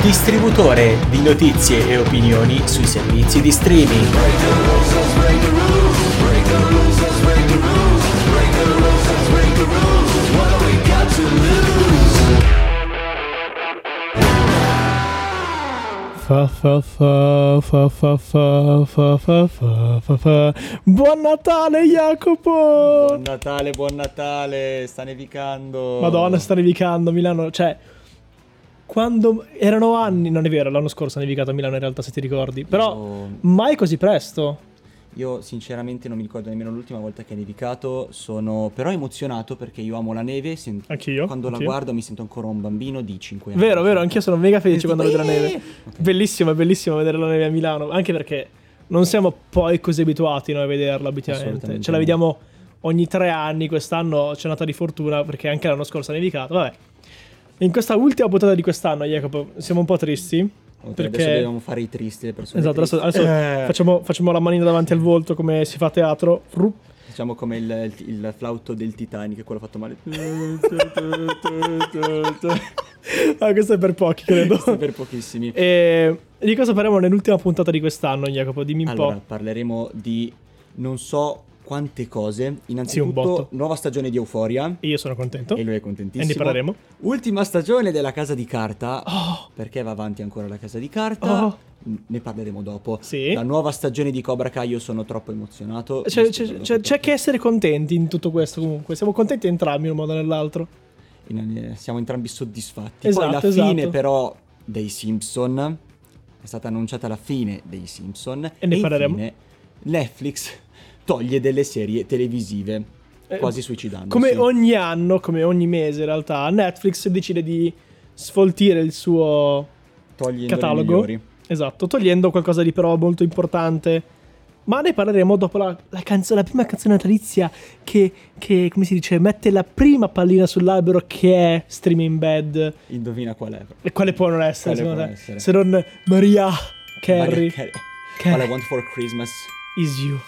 distributore di notizie e opinioni sui servizi di streaming. Buon Natale, Jacopo! Buon Natale, sta nevicando. Madonna, sta nevicando a Milano, cioè quando erano anni, non è vero, l'anno scorso ha nevicato a Milano in realtà, se ti ricordi, però mai così presto. Io sinceramente non mi ricordo nemmeno l'ultima volta che è nevicato, sono però emozionato perché io amo la neve. Anch'io. Quando la guardo mi sento ancora un bambino di 5 anni. Vero, anch'io sono mega felice quando vedo la neve. Okay. Bellissimo vedere la neve a Milano, anche perché non siamo poi così abituati noi a vederla abitualmente. Ce la vediamo ogni 3 anni, quest'anno c'è nata di fortuna perché anche l'anno scorso ha nevicato. Vabbè, in questa ultima puntata di quest'anno, Jacopo, siamo un po' tristi. Perché adesso dobbiamo fare i tristi, le persone. Esatto, adesso facciamo la manina davanti al volto come si fa a teatro. Facciamo come il flauto del Titanic, quello fatto male. Questo è per pochi, credo. Questo è per pochissimi. E di cosa parliamo nell'ultima puntata di quest'anno, Jacopo? Dimmi un po'. Allora, parleremo di non so quante cose. Innanzitutto, nuova stagione di Euphoria. Io sono contento. E lui è contentissimo. E ne parleremo. Ultima stagione della Casa di Carta. Perché va avanti ancora la Casa di Carta. Ne parleremo dopo. Sì. La nuova stagione di Cobra Kai, io sono troppo emozionato. C'è che essere contenti in tutto questo comunque. Siamo contenti entrambi in un modo o nell'altro. Siamo entrambi soddisfatti. Esatto, Poi la fine però dei Simpson. È stata annunciata la fine dei Simpson. E ne parleremo. Infine, Netflix toglie delle serie televisive, quasi suicidandosi. Come ogni anno, come ogni mese in realtà, Netflix decide di sfoltire il suo catalogo. Esatto, togliendo qualcosa di però molto importante. Ma ne parleremo dopo la prima canzone natalizia che come si dice, mette la prima pallina sull'albero, che è Streaming Bad. Indovina qual è. E quale può non essere, secondo te? Se non Mariah Carey. All I Want for Christmas Is You.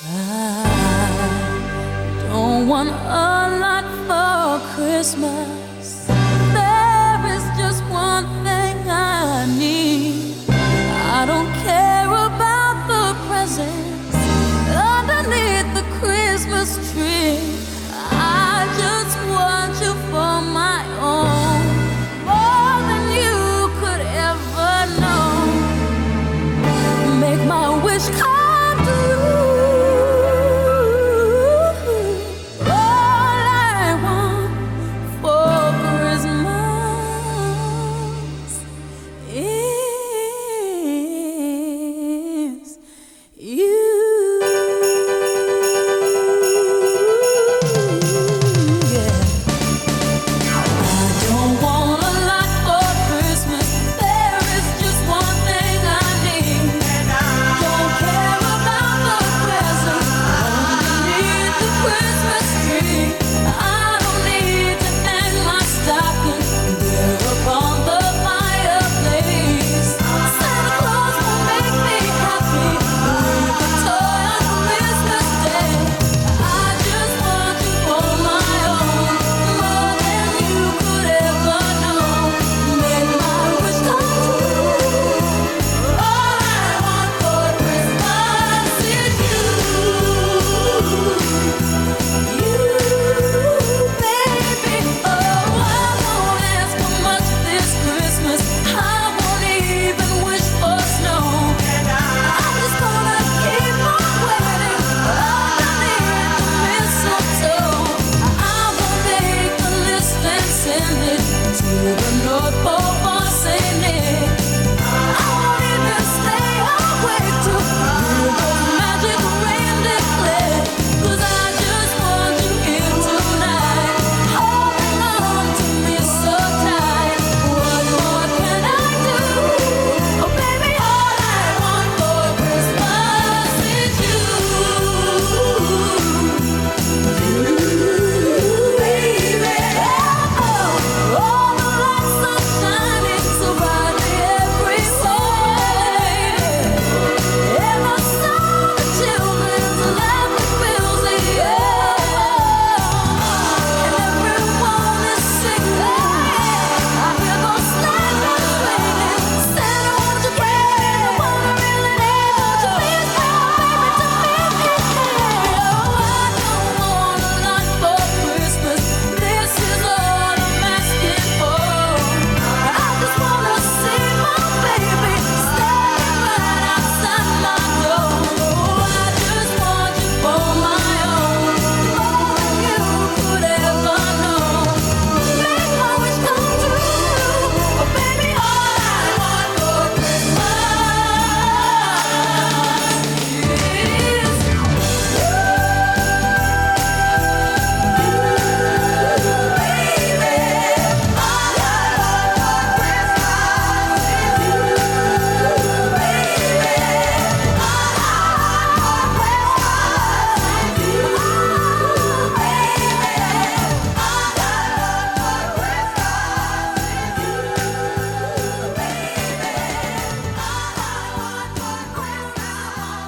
I don't want a lot for Christmas. There is just one thing I need. I don't care about the presents underneath the Christmas tree. I just want you for my own, more than you could ever know. Make my wish come true. All I want for Christmas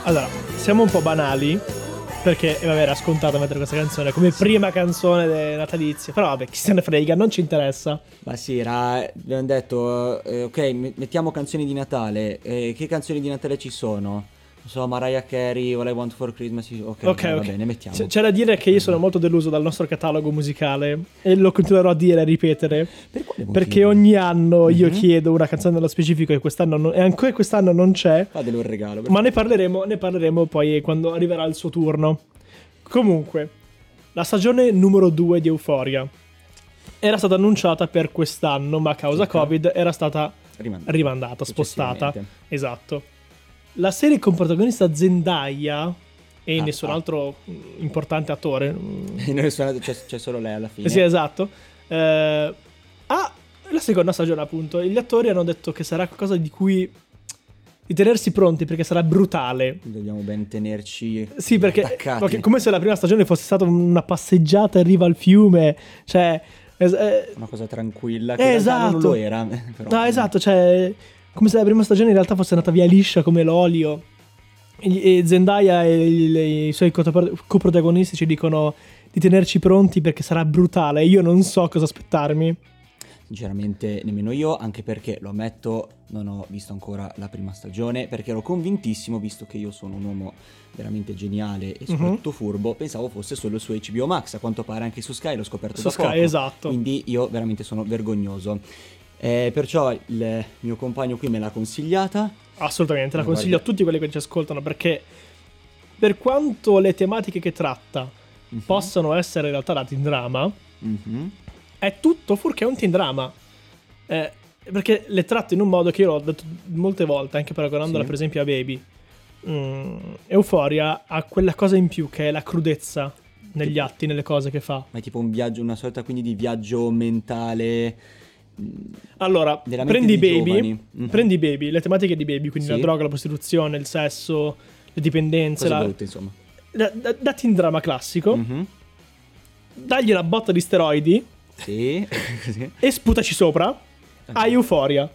Allora, siamo un po' banali, perché vabbè, era scontato mettere questa canzone come prima canzone natalizia. Però vabbè, chi se ne frega, non ci interessa. Ma sì, abbiamo detto, ok, mettiamo canzoni di Natale. Che canzoni di Natale ci sono? Non so, Mariah Carey, All I Want for Christmas. Ok, va bene, mettiamo. C'è da dire che io sono molto deluso dal nostro catalogo musicale e lo continuerò a dire e a ripetere. Perché ogni anno io chiedo una canzone nello specifico e quest'anno e ancora quest'anno non c'è. Fatelo un regalo. Ma ne parleremo poi quando arriverà il suo turno. Comunque, la stagione numero 2 di Euphoria era stata annunciata per quest'anno, ma a causa Covid era stata rimandata, spostata. Esatto. La serie con protagonista Zendaya e nessun altro importante attore. C'è solo lei alla fine. Sì, esatto. La seconda stagione, appunto. Gli attori hanno detto che sarà qualcosa di tenersi pronti, perché sarà brutale. Dobbiamo ben tenerci attaccati. Come se la prima stagione fosse stata una passeggiata in riva al fiume. Cioè... una cosa tranquilla, che esatto. Non lo era. Però, no, esatto, cioè... come se la prima stagione in realtà fosse andata via liscia come l'olio. E Zendaya e i suoi coprotagonisti ci dicono di tenerci pronti perché sarà brutale. Io non so cosa aspettarmi. Sinceramente nemmeno io, anche perché, lo ammetto, non ho visto ancora la prima stagione, perché ero convintissimo, visto che io sono un uomo veramente geniale e soprattutto furbo, pensavo fosse solo su HBO Max. A quanto pare anche su Sky, l'ho scoperto da poco. Esatto. Quindi io veramente sono vergognoso. Perciò il mio compagno qui me l'ha consigliata. Assolutamente, la consiglio a tutti quelli che ci ascoltano, perché per quanto le tematiche che tratta possano essere in realtà da teen drama, è tutto fuorché un teen drama. Perché le tratto in un modo che io l'ho detto molte volte, anche paragonandola per esempio a Baby. Euphoria ha quella cosa in più che è la crudezza negli atti, nelle cose che fa. Ma è tipo un viaggio, una sorta quindi di viaggio mentale. Allora, prendi Baby, le tematiche di Baby, quindi la droga, la prostituzione, il sesso, le dipendenze, brutte, insomma. Da teen drama classico, dagli una botta di steroidi e sputaci sopra a Euphoria.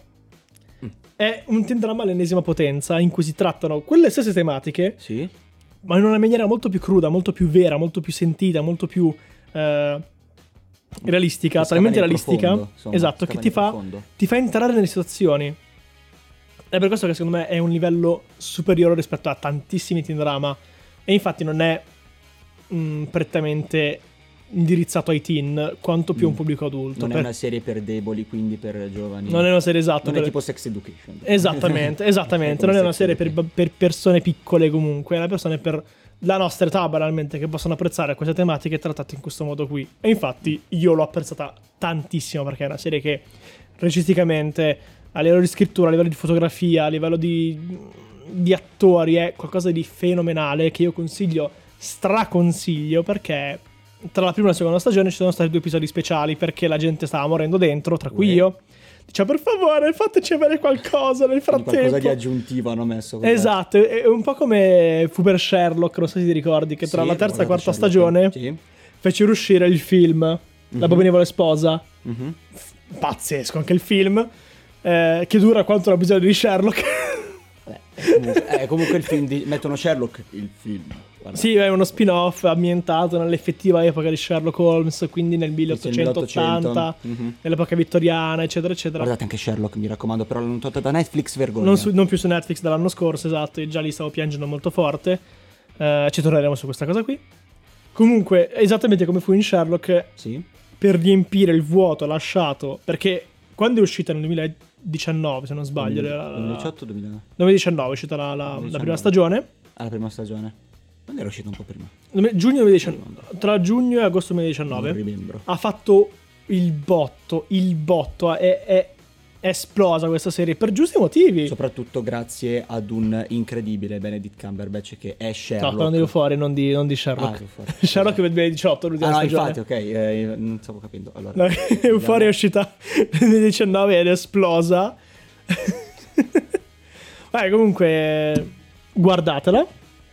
È un teen drama all'ennesima potenza, in cui si trattano quelle stesse tematiche, ma in una maniera molto più cruda, molto più vera, molto più sentita, molto più realistica, talmente realistica, profondo, insomma, esatto, che ti fa entrare nelle situazioni. È per questo che secondo me è un livello superiore rispetto a tantissimi teen drama, e infatti non è prettamente indirizzato ai teen quanto più a un pubblico adulto. Non è una serie per deboli, quindi per giovani. Non è una serie, esatto, non è tipo Sex Education. Esattamente. Non è una serie per persone piccole, comunque, è una persona per la nostra età, banalmente, che possono apprezzare queste tematiche trattate in questo modo qui. E infatti io l'ho apprezzata tantissimo, perché è una serie che registicamente, a livello di scrittura, a livello di fotografia, a livello di attori, è qualcosa di fenomenale, che io straconsiglio, perché tra la prima e la seconda stagione ci sono stati 2 episodi speciali, perché la gente stava morendo dentro, tra cui io. Diciamo, per favore, fateci avere qualcosa nel frattempo. Qualcosa di aggiuntivo hanno messo. Esatto, è un po' come fu per Sherlock, non so se ti ricordi, che tra la terza e la quarta stagione fecero uscire il film, L'abominevole sposa. Pazzesco anche il film, che dura quanto l'episodio di Sherlock. Comunque il film mettono Sherlock, il film. Guarda. Sì, è uno spin-off ambientato nell'effettiva epoca di Sherlock Holmes, quindi nel 1880, nell'epoca vittoriana, eccetera, eccetera. Guardate anche Sherlock, mi raccomando, però l'hanno tolta da Netflix, vergogna. Non più su Netflix dall'anno scorso, esatto, e già lì stavo piangendo molto forte. Ci torneremo su questa cosa qui. Comunque, esattamente come fu in Sherlock, per riempire il vuoto lasciato, perché quando è uscita nel 2019, se non sbaglio, 2019 è uscita la prima stagione. La prima stagione. Quando era uscito un po' prima? Giugno 2019. Tra giugno e agosto 2019 ha fatto il botto. È esplosa questa serie per giusti motivi. Soprattutto grazie ad un incredibile Benedict Cumberbatch, che è Sherlock. No, quando ero fuori, non di Sherlock. Sherlock nel 2018, l'ultima stagione. Infatti, ok, non stavo capendo. Allora, Euphoria è uscita nel 2019 ed è esplosa. Comunque, guardatela.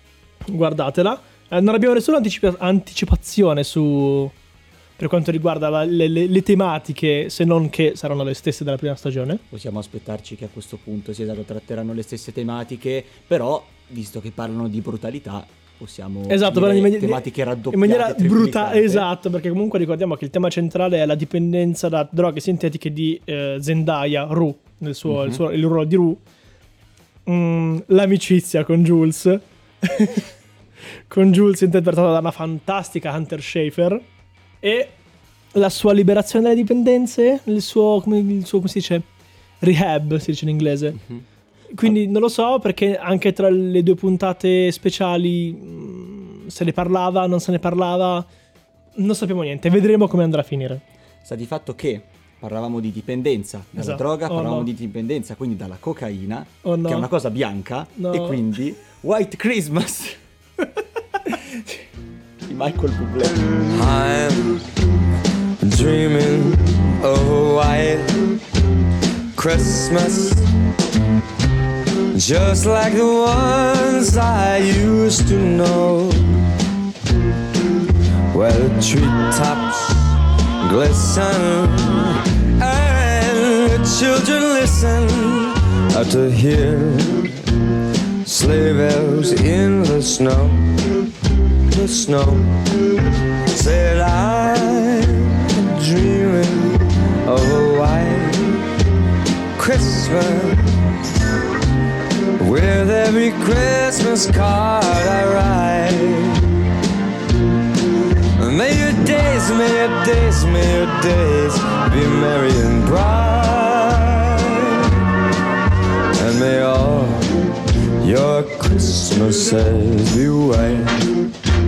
Non abbiamo nessuna anticipazione per quanto riguarda le tematiche, se non che saranno le stesse della prima stagione. Possiamo aspettarci che a questo punto tratteranno le stesse tematiche, però visto che parlano di brutalità, possiamo dire tematiche raddoppiate in maniera brutale, esatto, perché comunque ricordiamo che il tema centrale è la dipendenza da droghe sintetiche di Zendaya, Rue, il ruolo di Rue, l'amicizia con Jules con Jules interpretata da una fantastica Hunter Schafer, e la sua liberazione dalle dipendenze, il suo come si dice, rehab si dice in inglese. Quindi non lo so, perché anche tra le 2 puntate speciali se ne parlava, non se ne parlava, non sappiamo niente, vedremo come andrà a finire. Sta di fatto che parlavamo di dipendenza dalla droga, parlavamo di dipendenza quindi dalla cocaina, che è una cosa bianca, e quindi White Christmas di Michael Bublé. I'm dreaming of a white Christmas, just like the ones I used to know, where the treetops glisten and the children listen to hear sleigh bells in the snow. The snow said I'm dreaming of a white Christmas, with every Christmas card I write. May your days, may your days, may your days be merry and bright, and may all your Christmases be white.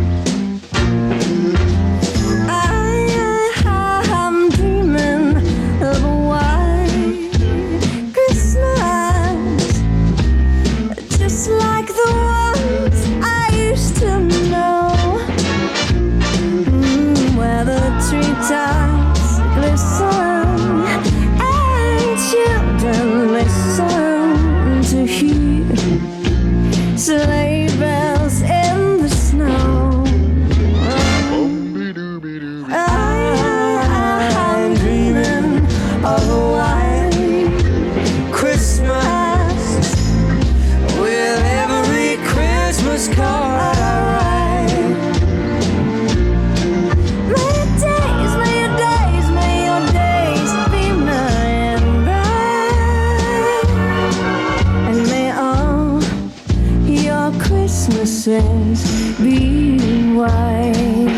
I'm dreaming of a white Christmas, just like the ones I used to know, where the treetops glisten and children listen to hear sleigh bells in the snow. I'm dreaming of a white Christmas, with every Christmas card I write. May your days, may your days, may your days be merry and bright, and may all your Christmases be white.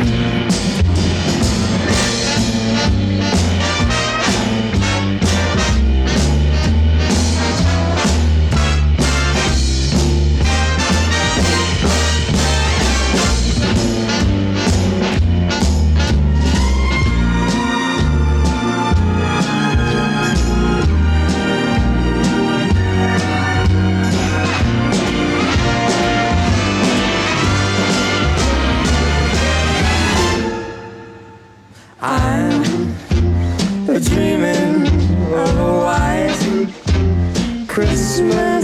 Dreaming of a white Christmas,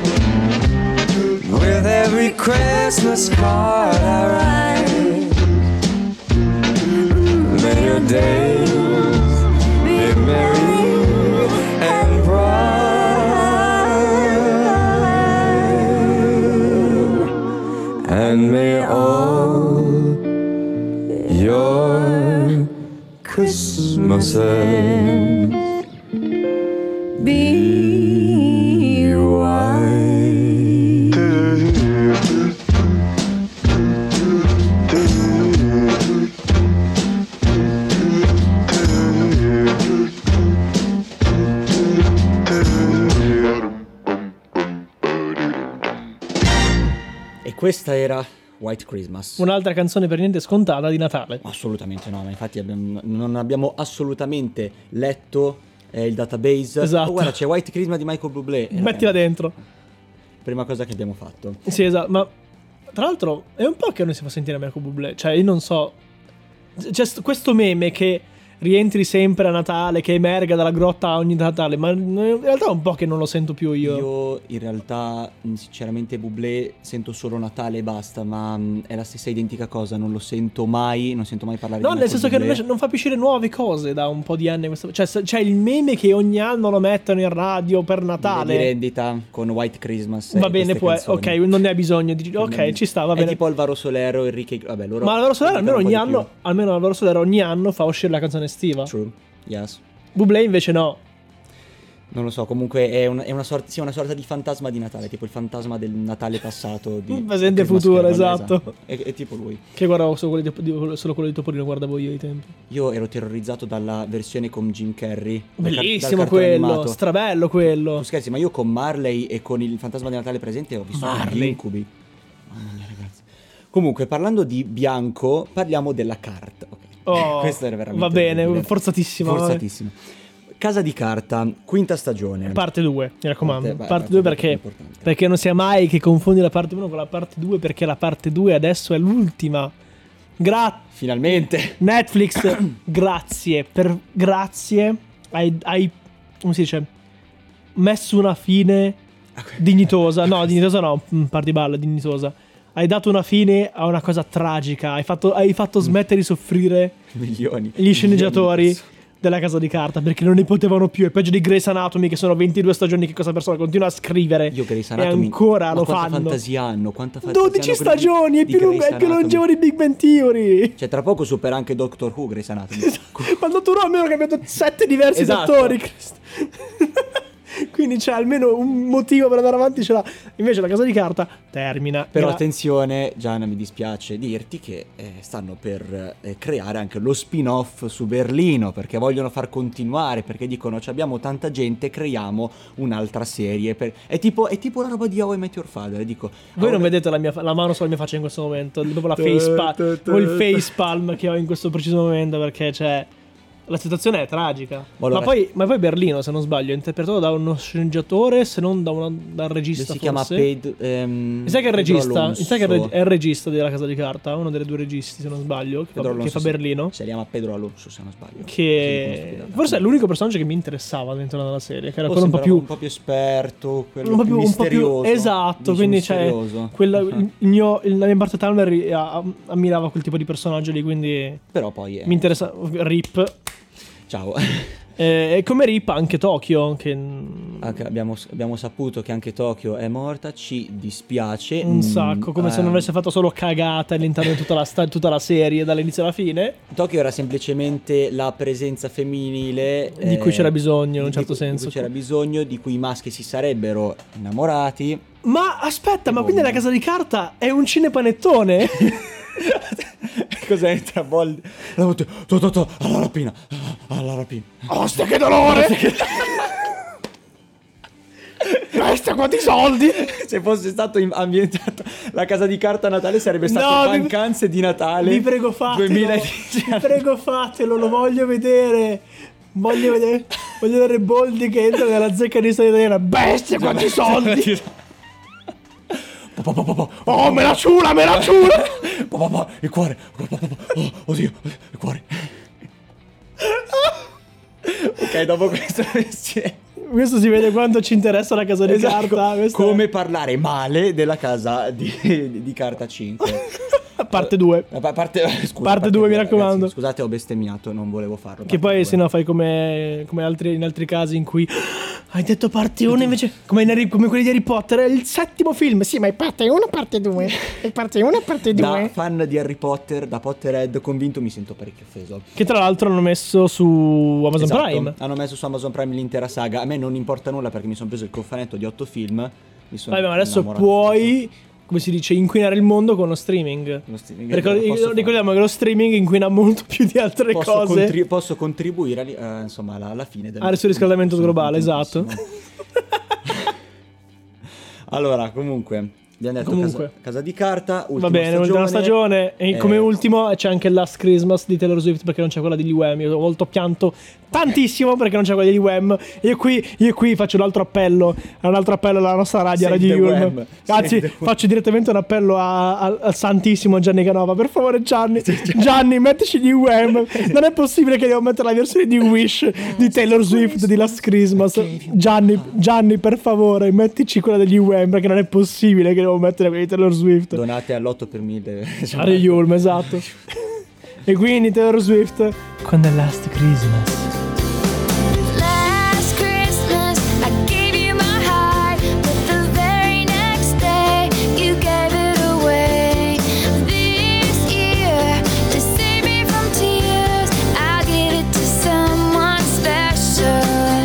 with every Christmas card I write. May your days be merry and bright, and may all your Christmases be white. E questa era White Christmas. Un'altra canzone per niente scontata di Natale. Assolutamente no, ma infatti non abbiamo assolutamente letto il database. Esatto. Oh, guarda, c'è White Christmas di Michael Bublé. Mettila dentro. Prima cosa che abbiamo fatto. Sì, esatto, ma tra l'altro è un po' che non si fa sentire Michael Bublé. Cioè, io non so, c'è questo meme che rientri sempre a Natale, che emerga dalla grotta ogni Natale, ma in realtà è un po' che non lo sento più io. Io in realtà sinceramente Bublé sento solo Natale e basta, ma è la stessa identica cosa, non lo sento mai, non sento mai parlare No, di nel senso che Bublé. non fa più uscire nuove cose da un po' di anni. Cioè c'è il meme che ogni anno lo mettono in radio per Natale. Di rendita con White Christmas. Va bene, poi ok, non ne ha bisogno. Ok, ci sta, va bene. È tipo Alvaro Solero, Enrique. Vabbè, loro. Ma Alvaro Solero almeno Alvaro Solero ogni anno fa uscire la canzone estiva. True, yes. Bublé invece no. Non lo so, comunque è una sorta di fantasma di Natale, tipo il fantasma del Natale passato. Di presente e Christmas futuro, Carol, esatto. È tipo lui. Che guardavo solo quello di Topolino, guardavo io ai tempi. Io ero terrorizzato dalla versione con Jim Carrey. Bellissimo dal quello, animato. strabello quello. Tu scherzi, ma io con Marley e con il fantasma di Natale presente ho visto gli incubi. Mamma mia, ragazzi. Comunque, parlando di bianco, parliamo della carta. Okay. Oh, questo era veramente va bene, orribile. forzatissimo. Forzatissimo. Casa di Carta, quinta stagione. Parte 2, mi raccomando. Parte 2 importante. perché non sia mai che confondi la parte 1 con la parte 2, perché la parte 2 adesso è l'ultima. Finalmente. Netflix, grazie. Hai come si dice? Messo una fine dignitosa. No, dignitosa no, parti balla, dignitosa. Hai dato una fine a una cosa tragica. Hai fatto smettere di soffrire milioni gli sceneggiatori della Casa di Carta, perché non ne potevano più. È peggio di Grey's Anatomy, che sono 22 stagioni che questa persona continua a scrivere. Io Grey's Anatomy, e ancora lo quanta fanno. Fantasia hanno, quanta fantasia 12 hanno stagioni, è più longevo di Big Bang Theory. Cioè tra poco supera anche Doctor Who Grey's Anatomy. Ma il Dottor Who almeno ha cambiato 7 diversi Esatto. dottori. Quindi c'è almeno un motivo per andare avanti, ce l'ha. Invece la Casa di Carta termina. Però attenzione, Gianna, mi dispiace dirti che stanno per creare anche lo spin-off su Berlino, perché vogliono far continuare, perché dicono abbiamo tanta gente, creiamo un'altra serie. È tipo la roba di How I Met Your Father. Dico, voi non vedete la mano sulla mia faccia in questo momento, proprio la facepalm o il facepalm che ho in questo preciso momento, perché c'è. La situazione è tragica. Allora, ma poi Berlino, se non sbaglio, è interpretato da uno sceneggiatore, se non dal regista. Si forse. chiama Mi sa che è il regista. Mi sa che è il regista della Casa di Carta, uno delle due registi, se non sbaglio, che fa Berlino. Si chiama Pedro Alonso, se non sbaglio. Che forse è l'unico personaggio che mi interessava dentro della serie, che era quello un po' più esperto, quello un più misterioso. Esatto, quindi c'è la mia parte Timer ammirava quel tipo di personaggio lì, quindi però poi mi interessa. Rip. Ciao. E come rip anche Tokyo, che abbiamo saputo che anche Tokyo è morta, ci dispiace un sacco, come se non avesse fatto solo cagate all'interno di tutta la serie dall'inizio alla fine. Tokyo era semplicemente la presenza femminile di cui c'era bisogno, in un certo senso. Di cui c'era bisogno, di cui i maschi si sarebbero innamorati. Ma aspetta, ma quindi la Casa di Carta è un cinepanettone? Cos'è? Tra Boldi alla rapina. Ostia, che dolore! Bestia, quanti soldi! Se fosse stato ambientato la Casa di Carta a Natale sarebbe stato vacanze di Natale. Vi prego fatelo. 2010. Vi prego fatelo, lo voglio vedere. Voglio vedere Boldi che entra nella zecca di storia italiana. Bestia, quanti soldi! Oh, me la ciula! Il cuore. Oddio, il cuore. Ok, dopo questo si vede quanto ci interessa la Casa di Carta. Come parlare male della Casa di Carta 5. Parte 2. Parte 2, mi raccomando. Ragazzi, scusate, ho bestemmiato, non volevo farlo. Che poi se no fai come in altri casi in cui hai detto parte 1 invece come quelli di Harry Potter, è il settimo film. Sì, ma è parte 1, parte 2. E parte 1 e parte 2. Da fan di Harry Potter, da Potterhead convinto, mi sento parecchio offeso. Che tra l'altro hanno messo su Amazon Prime. Hanno messo su Amazon Prime l'intera saga. A me non importa nulla perché mi sono preso il cofanetto di 8 film. Ma adesso puoi, come si dice, inquinare il mondo con lo streaming. Ricordiamo che lo streaming inquina molto più di altre cose. Posso contribuire insomma alla fine del surriscaldamento globale, esatto. Allora, comunque, Abbiamo detto Comunque. casa di carta, ultima Va bene, ultima stagione. E come ultimo c'è anche Last Christmas di Taylor Swift, perché non c'è quella di Lil Wham. Io ho molto pianto tantissimo perché non c'è quella di Lil Wham. Io qui faccio un altro appello alla nostra radio, Radio Yulm. Anzi, faccio direttamente un appello al santissimo Gianni Canova. Per favore, Gianni, mettici di Wham. Non è possibile che devo mettere la versione di Wish di Taylor Swift di Last Christmas. Gianni, per favore, mettici quella degli Wham, perché non è possibile che devo mettere quella di Taylor Swift. Donate all'8 per 1000. Radio Yulm, esatto. E quindi Taylor Swift con The Last Christmas. Last Christmas, I gave you my heart, but the very next day you gave it away. This year, to save me from tears, I'll give it to someone special.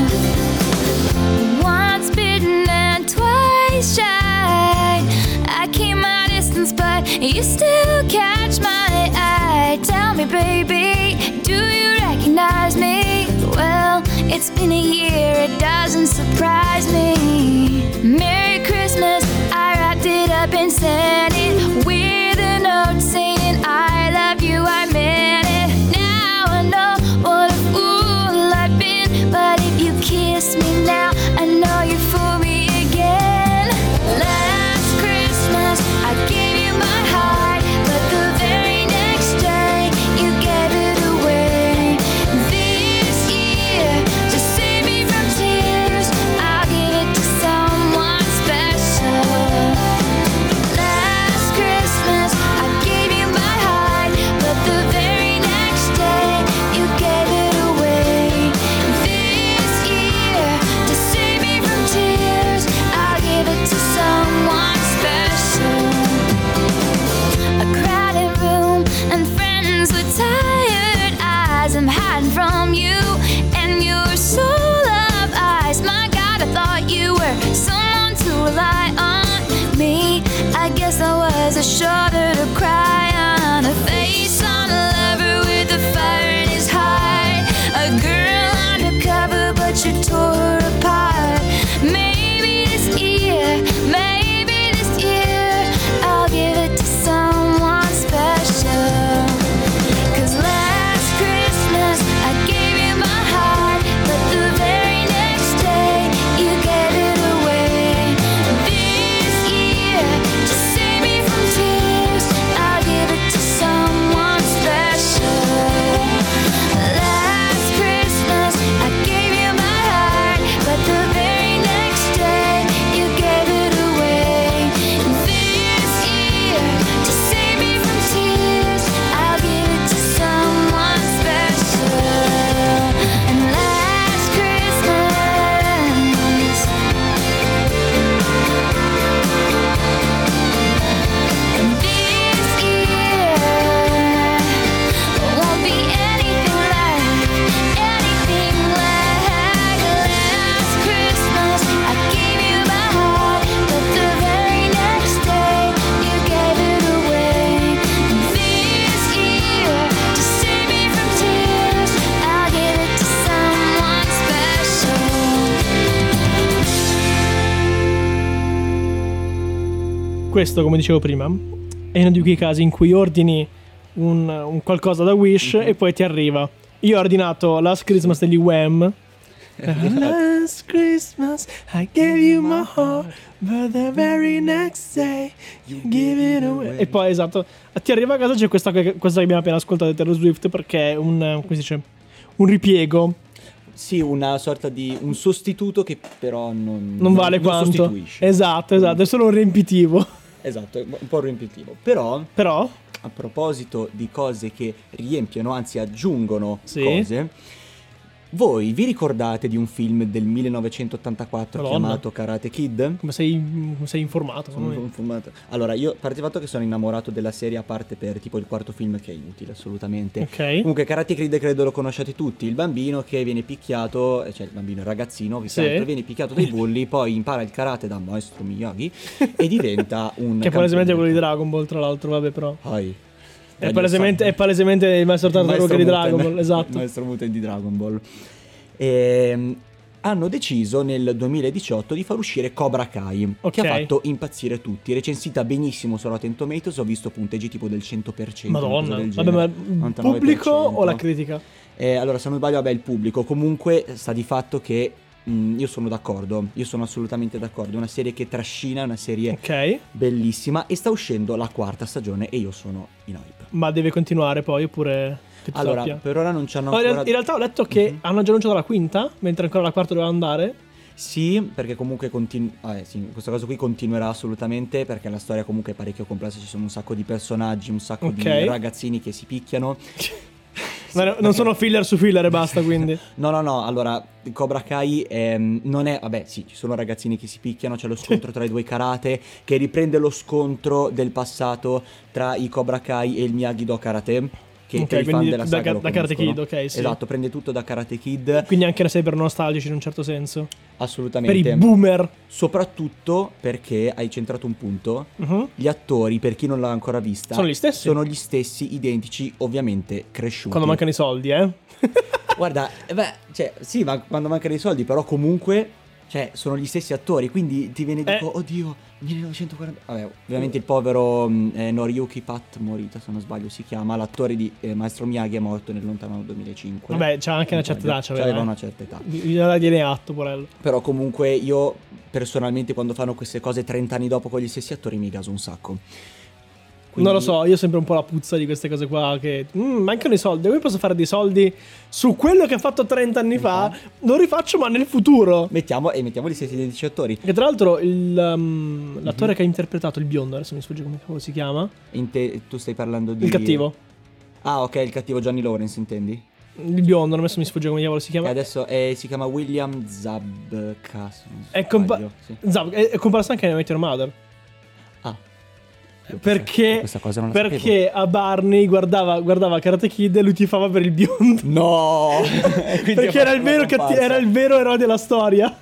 Once bitten and twice shy, I keep my distance, but you still catch my eye. Tell me, baby, do you recognize me? Well, it's been a year, it doesn't surprise me. Merry Christmas, I wrapped it up and sent it with a note saying I love you, I meant it. Now I know what a fool I've been, but if you kiss me now, I know you fool me again. Last Christmas, I gave you my heart, but the very next day you gave it away. This year, to save me from tears, I'll give it to someone special. Last Christmas, I gave you my heart, but the very next day you gave it away. This year, to save me from tears, I'll give it to someone special. A crowded room and friends with tired eyes. I'm hiding from you and your soul of ice. My God, I thought you were someone to rely on. Me, I guess I was a shoulder to cry on, a face on a lover with a fire in his heart, a girl undercover but you tore her apart. Maybe this year, I'll give it to someone special. 'Cause last Christmas I gave you my heart, but the very next day you gave it away. This year, to save me from tears, I'll give it to someone special. Last Christmas I gave you my heart, but the very next day you gave it away. This year, to save me from tears, I'll give it to someone special. And last Christmas, and this year, won't be anything like last Christmas. I gave you my heart, but the very next day you gave it away. This year, to save me from tears, I'll give it to someone special. Questo, come dicevo prima, è uno di quei casi in cui ordini un qualcosa da Wish e poi ti arriva. Io ho ordinato Last Christmas degli Wham. Last Christmas I gave you my heart, but the very next day you give it away. E poi, esatto, ti arriva a casa, c'è questa che abbiamo appena ascoltato di Taylor Swift, perché è come si dice, un ripiego. Sì, una sorta di un sostituto che però non vale quanto. sostituisce. Esatto, è solo un riempitivo. Esatto, è un po' riempitivo. Però, a proposito di cose che riempiono, anzi aggiungono cose, voi vi ricordate di un film del 1984 chiamato Karate Kid? Come sei informato? Sono informato. Allora, io, a parte il fatto che sono innamorato della serie, a parte per tipo il quarto film che è inutile assolutamente. Ok. Comunque Karate Kid credo lo conosciate tutti, il bambino che viene picchiato, cioè il bambino, il ragazzino, viene picchiato dai bulli, poi impara il karate da maestro Miyagi e diventa un che palesemente è quello di Dragon Ball, tra l'altro, vabbè, però. È palesemente il maestro Tartaruga di Dragon Ball, esatto. Il maestro Muten di Dragon Ball. hanno deciso nel 2018 di far uscire Cobra Kai, che ha fatto impazzire tutti, recensita benissimo su Rotten Tomatoes, ho visto punteggi tipo del 100%. Madonna, del vabbè, ma il pubblico o la critica? Allora, se non sbaglio, vabbè, il pubblico. Comunque sta di fatto che io sono d'accordo, io sono assolutamente d'accordo, è una serie che trascina, è una serie bellissima, e sta uscendo la 4ª stagione e io sono in hype. Ma deve continuare poi oppure... Allora, per ora non ci hanno ancora... In realtà ho letto che hanno già annunciato la 5ª, mentre ancora la 4ª doveva andare. Sì, perché comunque sì, in questo caso qui continuerà assolutamente, perché la storia comunque è parecchio complessa, ci sono un sacco di personaggi, un sacco di ragazzini che si picchiano. Non sono filler su filler e basta, quindi. No, allora Cobra Kai non è... Vabbè, sì, ci sono ragazzini che si picchiano, c'è lo scontro tra i due karate, che riprende lo scontro del passato tra i Cobra Kai e il Miyagi-Do Karate, che per i fan della saga da Karate Kid, sì. Esatto, prende tutto da Karate Kid. Quindi anche sei per nostalgici in un certo senso. Assolutamente. Per i boomer. Soprattutto perché hai centrato un punto. Gli attori, per chi non l'ha ancora vista, sono gli stessi. Sono gli stessi, identici, ovviamente cresciuti. Quando mancano i soldi, Guarda, sì, ma quando mancano i soldi, però comunque, sono gli stessi attori, quindi ti viene dico, oddio, 1940. Vabbè, ovviamente il povero Noriyuki Pat Morita, se non sbaglio si chiama, l'attore di Maestro Miyagi, è morto nel lontano 2005. Vabbè, c'ha anche una certa età, aveva una certa età. Bisogna dargliene atto, porello. Però comunque io personalmente, quando fanno queste cose 30 anni dopo con gli stessi attori, mi gaso un sacco. Quindi... Non lo so, io ho sempre un po' la puzza di queste cose qua, che mancano i soldi. Come posso fare dei soldi su quello che ho fatto 30 anni fa? Lo rifaccio, ma nel futuro. Mettiamo gli stessi identici attori. E tra l'altro l'attore che ha interpretato il biondo, adesso mi sfugge come si chiama. Tu stai parlando di... Il cattivo. Ah, ok, il cattivo Johnny Lawrence, intendi? Il biondo, adesso mi sfugge come diavolo si chiama. E adesso si chiama William Zabka. È comparso anche nel Meet Your Mother. Perché questa cosa non la perché sapevo. A Barney guardava Karate Kid e lui tifava per il biondo. No. Perché era il vero eroe della storia.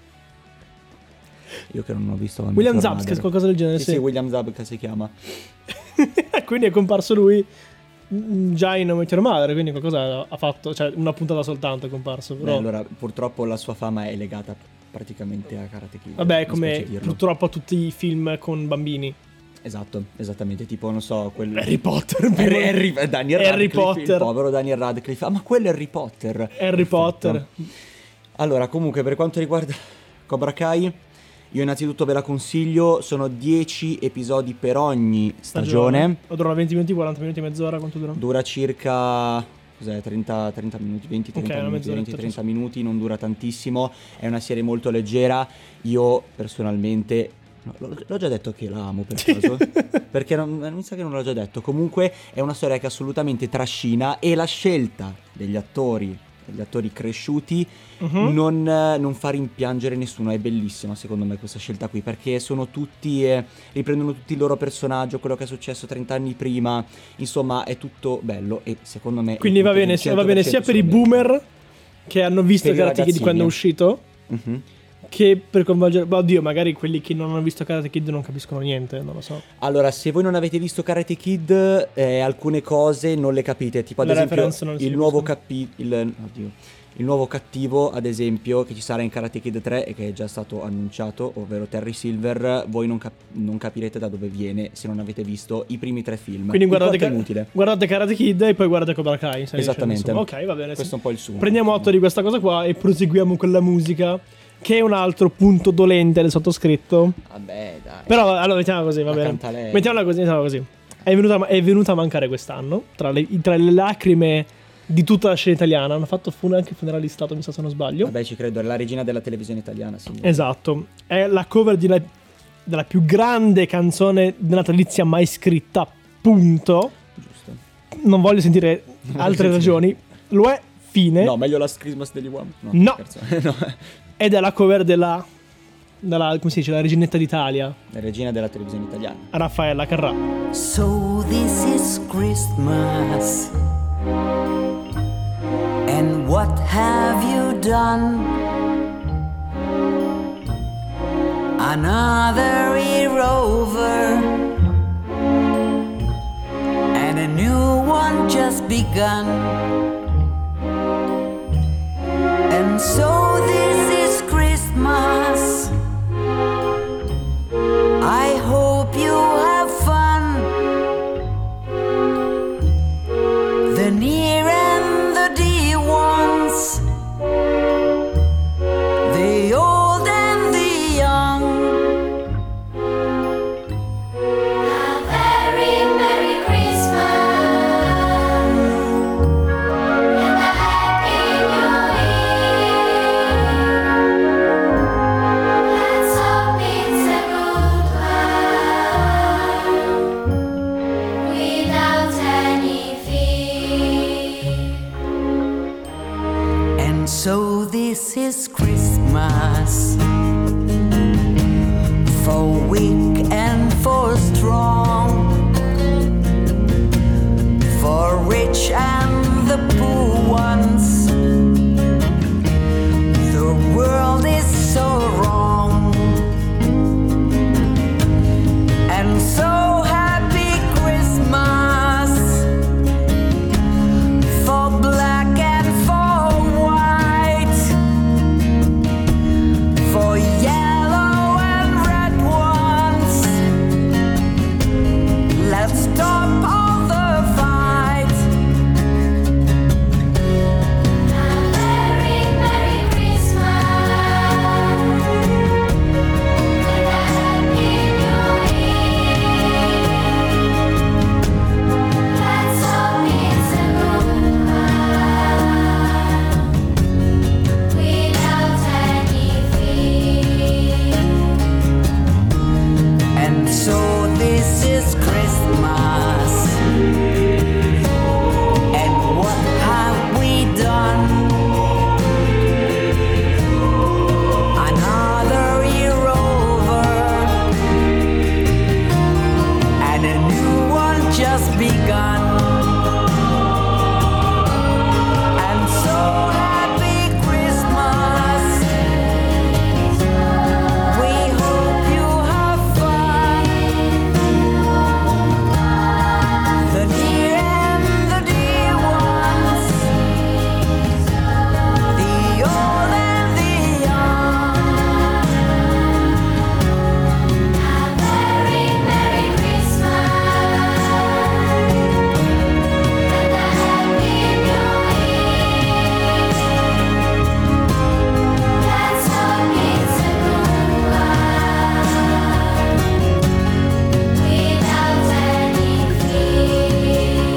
Io che non ho visto William Zabka, qualcosa del genere. Sì, William Zabka si chiama. Quindi è comparso lui già in Meet Your Mother, quindi qualcosa ha fatto, una puntata soltanto è comparso, però. Allora, purtroppo la sua fama è legata praticamente a Karate Kid. Vabbè, come purtroppo a tutti i film con bambini. Esatto, esattamente, tipo, non so, Harry Potter. Harry Potter. Il povero Daniel Radcliffe. Ma quello è Harry Potter. Harry Potter. Allora, comunque, per quanto riguarda Cobra Kai, io innanzitutto ve la consiglio, sono 10 episodi per ogni stagione. Durano 20 minuti, 40 minuti, mezz'ora, quanto dura? Dura circa... 30 minuti, 20-30 minuti, non dura tantissimo, è una serie molto leggera. Io personalmente... l'ho già detto che la amo per caso perché mi sa che non l'ho già detto. Comunque è una storia che assolutamente trascina, e la scelta degli attori cresciuti non fa rimpiangere nessuno. È bellissima secondo me questa scelta qui, perché sono tutti riprendono tutti il loro personaggio, quello che è successo 30 anni prima, insomma è tutto bello, e secondo me quindi va bene sia per i boomer che hanno visto Karate Kid quando è uscito, che per coinvolgere... Oddio, magari quelli che non hanno visto Karate Kid non capiscono niente, non lo so. Allora, se voi non avete visto Karate Kid, alcune cose non le capite. Tipo, ad esempio, il nuovo cattivo, ad esempio, che ci sarà in Karate Kid 3 e che è già stato annunciato, ovvero Terry Silver, voi non capirete da dove viene se non avete visto i primi 3 film. Quindi guardate Karate Kid e poi guardate Cobra Kai. Esattamente. Ok, va bene. Questo è un po' il suo. Prendiamo atto di questa cosa qua e proseguiamo con la musica, che è un altro punto dolente del sottoscritto. Vabbè, dai. Però, allora, mettiamola così, va bene. Mettiamola così. È venuta a mancare quest'anno, tra le lacrime di tutta la scena italiana. Hanno fatto anche Funerale di Stato, mi sa, se non sbaglio. Vabbè, ci credo, è la regina della televisione italiana, signore. Esatto. È la cover della più grande canzone natalizia mai scritta, punto. Giusto. Non voglio sentire altre ragioni. Lo è, fine. No, meglio Last Christmas degli uomini. No. No. Ed è la cover della come si dice, la reginetta d'Italia, la regina della televisione italiana, Raffaella Carrà. So this is Christmas, and what have you done? Another year over, and a new one just begun. And so this is is Christmas. For weak and for strong, for rich and the poor ones. The world is so wrong, and so happy Christmas for black and for white, for yellow and red ones. Let's stop all the fight. Merry, Merry Christmas and a Happy New Year. Let's hope it's a good one without any fear. And so this is Christmas. And what have we done? Another year over, and a new one just begun. And so happy Christmas. We hope you have fun. The near and the dear ones, the old and the young. Merry, Merry Christmas and a Happy New Year. Let's hope it's a good one without any fear.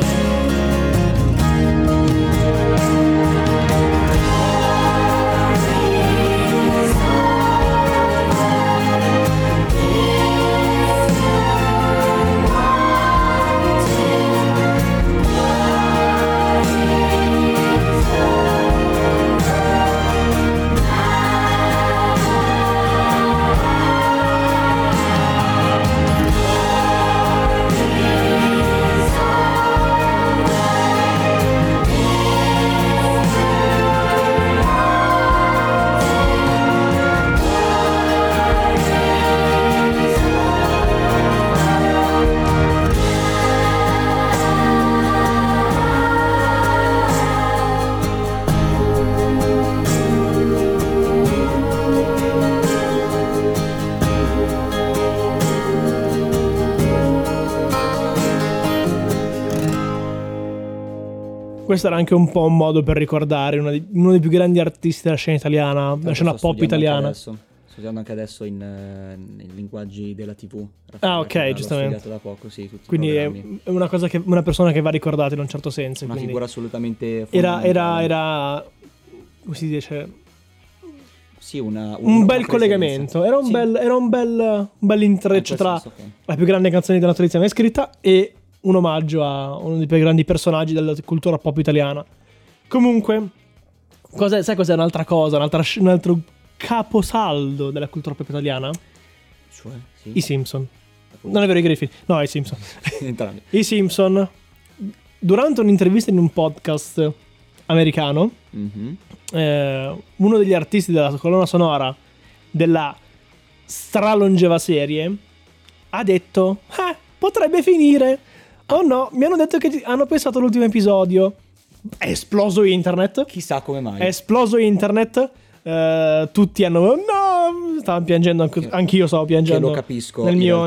Questo era anche un po' un modo per ricordare uno dei più grandi artisti della scena italiana, della scena pop italiana. Sto studiando anche adesso nei linguaggi della TV. Ah, ok, L'ho giustamente. studiato da poco, sì, tutti i Quindi programmi. è una cosa una persona che va ricordata in un certo senso. Una quindi figura assolutamente era fondamentale. come si dice? Sì, un Un bel una collegamento. presenza. Era un bel intreccio In tra questo senso, ok. la più grande canzone della tradizione mai scritta e un omaggio a uno dei più grandi personaggi della cultura pop italiana. Comunque, sai cos'è un'altra cosa? Un altro caposaldo della cultura pop italiana? Cioè, sì. I Simpson. Non è vero, i Griffin. No, i Simpson. Entrambi. I Simpson, durante un'intervista in un podcast americano, Mhm. uno degli artisti della colonna sonora della stralongeva serie ha detto: potrebbe finire. Oh no, mi hanno detto che hanno pensato all'ultimo episodio. È esploso internet. Chissà come mai. È esploso internet. Tutti hanno no, stavano piangendo, anch'io stavo piangendo. Che lo capisco, Nel in mio